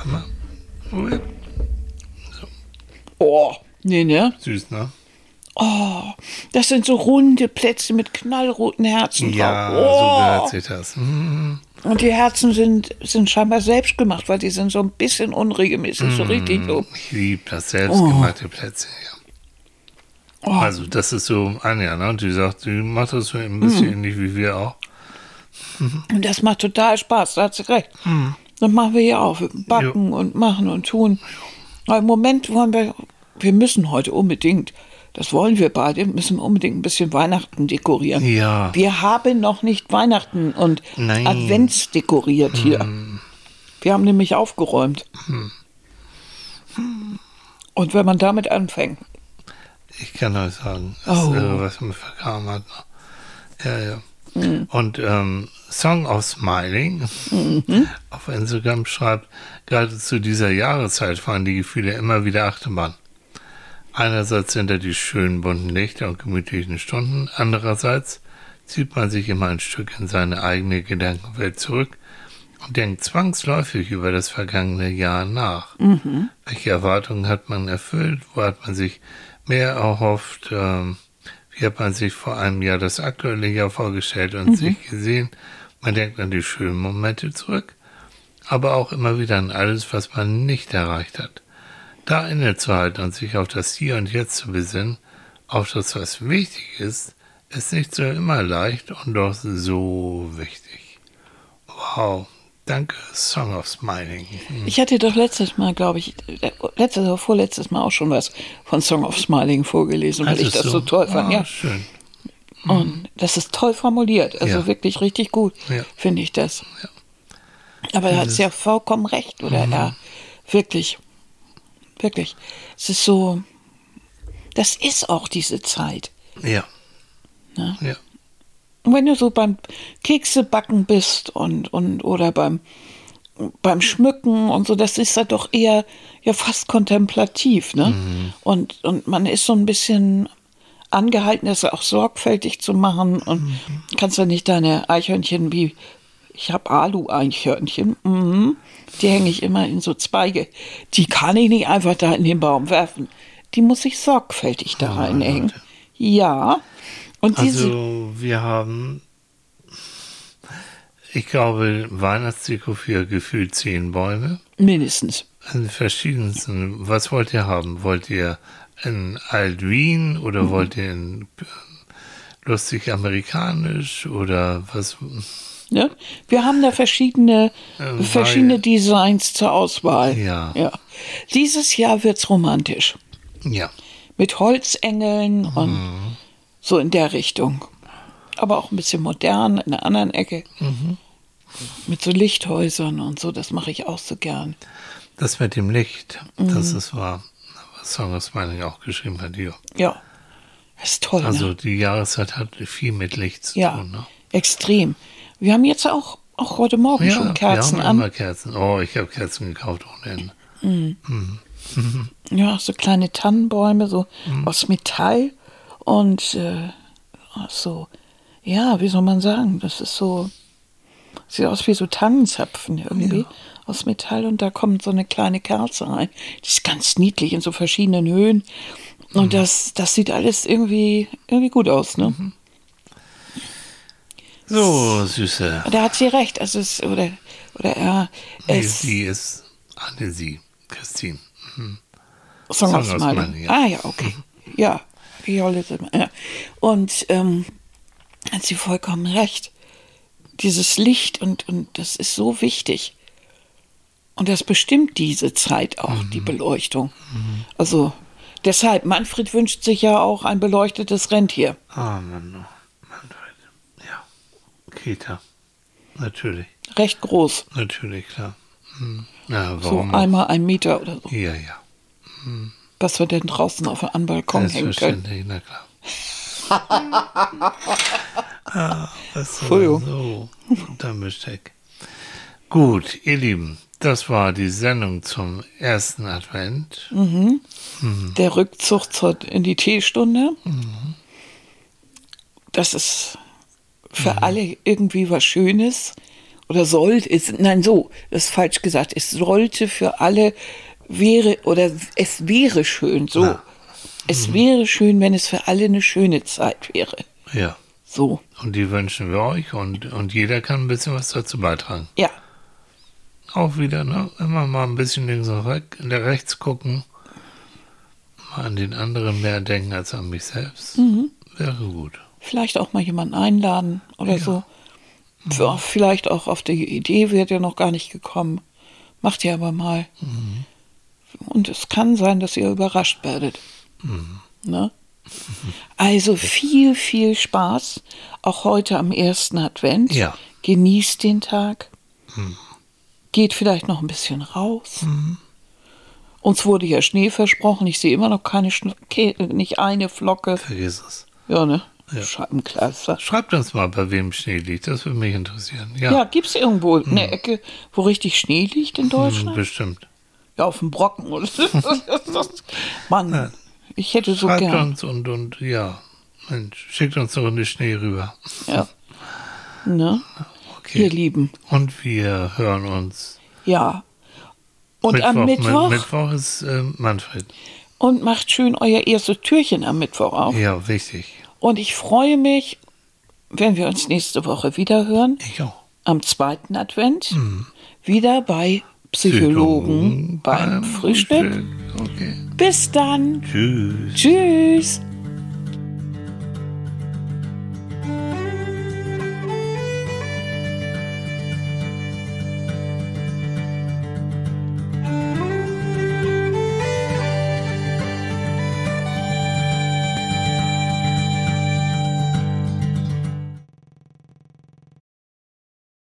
Oh, nee, ne? Süß, ne? Oh, das sind so runde Plätzchen mit knallroten Herzen drauf. Ja, so gehört sich das. Und die Herzen sind scheinbar selbst gemacht, weil die sind so ein bisschen unregelmäßig, so richtig so. Ich liebe das selbstgemachte Plätzchen, ja. Also das ist so Anja, ne? Die sagt, sie macht das so ein bisschen ähnlich wie wir auch. Und das macht total Spaß, da hat sie recht. Das machen wir ja auch. Wir backen und machen und tun. Aber im Moment wollen wir müssen heute unbedingt, das wollen wir beide, müssen unbedingt ein bisschen Weihnachten dekorieren. Ja. Wir haben noch nicht Weihnachten und Advents dekoriert hier. Wir haben nämlich aufgeräumt. Und wenn man damit anfängt. Ich kann euch sagen, was mir verkam hat. Ja. Und Song of Smiling auf Instagram schreibt, gerade zu dieser Jahreszeit fahren die Gefühle immer wieder Achterbahn. Einerseits sind da die schönen bunten Lichter und gemütlichen Stunden, andererseits zieht man sich immer ein Stück in seine eigene Gedankenwelt zurück und denkt zwangsläufig über das vergangene Jahr nach. Welche Erwartungen hat man erfüllt? Wo hat man sich mehr erhofft? Wie hat man sich vor einem Jahr das aktuelle Jahr vorgestellt und sich gesehen? Man denkt an die schönen Momente zurück, aber auch immer wieder an alles, was man nicht erreicht hat. Da innezuhalten und sich auf das Hier und Jetzt zu besinnen, auf das, was wichtig ist nicht so immer leicht und doch so wichtig. Wow, danke, Song of Smiling. Ich hatte doch letztes Mal, glaube ich, letztes oder vorletztes Mal auch schon was von Song of Smiling vorgelesen, weil ich das so toll fand. Ja, schön. Und das ist toll formuliert, also wirklich richtig gut, finde ich das. Ja. Aber er hat ja vollkommen recht, oder? Ja, wirklich. Wirklich. Es ist so, das ist auch diese Zeit. Ja. Ne? Ja. Und wenn du so beim Keksebacken bist oder beim Schmücken und so, das ist ja doch eher ja fast kontemplativ, ne? Und man ist so ein bisschen angehalten, das auch sorgfältig zu machen und kannst ja nicht deine Eichhörnchen ich habe Alu-Eichhörnchen, die hänge ich immer in so Zweige. Die kann ich nicht einfach da in den Baum werfen. Die muss ich sorgfältig da reinhängen. Leute. Ja. Und wir haben, ich glaube, Weihnachtsdeko für gefühlt 10 Bäume. Mindestens. In verschiedensten. Was wollt ihr haben? Wollt ihr in Alt-Wien oder wollt ihr in lustig amerikanisch oder was? Ne? Wir haben da verschiedene Designs zur Auswahl. Ja. Dieses Jahr wird's romantisch. Ja. Mit Holzengeln und so in der Richtung. Aber auch ein bisschen modern in der anderen Ecke. Mit so Lichthäusern und so, das mache ich auch so gern. Das mit dem Licht, das ist wahr. Was Song aus Meining auch geschrieben hat, Jo. Ja, das ist toll. Also ne? die Jahreszeit hat viel mit Licht zu tun. Ne? Extrem. Wir haben jetzt auch heute Morgen schon Kerzen wir haben immer Kerzen. Oh, ich habe Kerzen gekauft ohne Ende. Ja, so kleine Tannenbäume, so aus Metall und so, ja, wie soll man sagen, das ist so, sieht aus wie so Tannenzapfen irgendwie aus Metall und da kommt so eine kleine Kerze rein. Die ist ganz niedlich in so verschiedenen Höhen und das sieht alles irgendwie gut aus, ne? So, Süße. Da hat sie recht, also Sie ist Christine. Song aus Meining. Ja. Ah ja, okay. Ja, Violette. Ja. Und hat sie vollkommen recht. Dieses Licht und das ist so wichtig. Und das bestimmt diese Zeit auch, die Beleuchtung. Also deshalb, Manfred wünscht sich ja auch ein beleuchtetes Rentier. Ah, Manfred. Ja. Kita. Natürlich. Recht groß. Natürlich, klar. Ja, warum so einmal 1 Meter oder so. Ja. Was wir denn draußen auf den Balkon hängen können. Na klar. Was so unterm Besteck. Gut, ihr Lieben, das war die Sendung zum ersten Advent. Der Rückzug in die Teestunde. Das ist für alle irgendwie was Schönes. Oder sollte es, nein, so, das ist falsch gesagt. Es sollte für alle es wäre schön, so. Ja. Es wäre schön, wenn es für alle eine schöne Zeit wäre. Ja. So. Und die wünschen wir euch und jeder kann ein bisschen was dazu beitragen. Ja. Auch wieder, ne? Immer mal ein bisschen links und rechts gucken. Mal an den anderen mehr denken als an mich selbst. Wäre gut. Vielleicht auch mal jemanden einladen oder so. Vielleicht auch auf die Idee wird ja noch gar nicht gekommen. Macht ihr aber mal. Und es kann sein, dass ihr überrascht werdet. Ne? Also viel, viel Spaß. Auch heute am ersten Advent. Ja. Genießt den Tag. Geht vielleicht noch ein bisschen raus. Uns wurde ja Schnee versprochen. Ich sehe immer noch nicht eine Flocke. Vergiss es. Ja, ne? Ja. Scheibenkleister. Schreibt uns mal, bei wem Schnee liegt. Das würde mich interessieren. Ja, gibt es irgendwo eine Ecke, wo richtig Schnee liegt in Deutschland? Bestimmt. Ja, auf dem Brocken oder so. Mann, ich hätte so Schreibt gern. uns und ja, Mensch, schickt uns noch eine Schnee rüber. Ja. Ne? Okay. Ihr Lieben. Und wir hören uns. Ja. Und am Mittwoch. Mittwoch ist Manfred. Und macht schön euer erstes Türchen am Mittwoch auf. Ja, wichtig. Und ich freue mich, wenn wir uns nächste Woche wieder hören. Ich auch. Am 2. Advent. Wieder bei Psychologen beim Frühstück. Okay. Bis dann. Tschüss. Tschüss.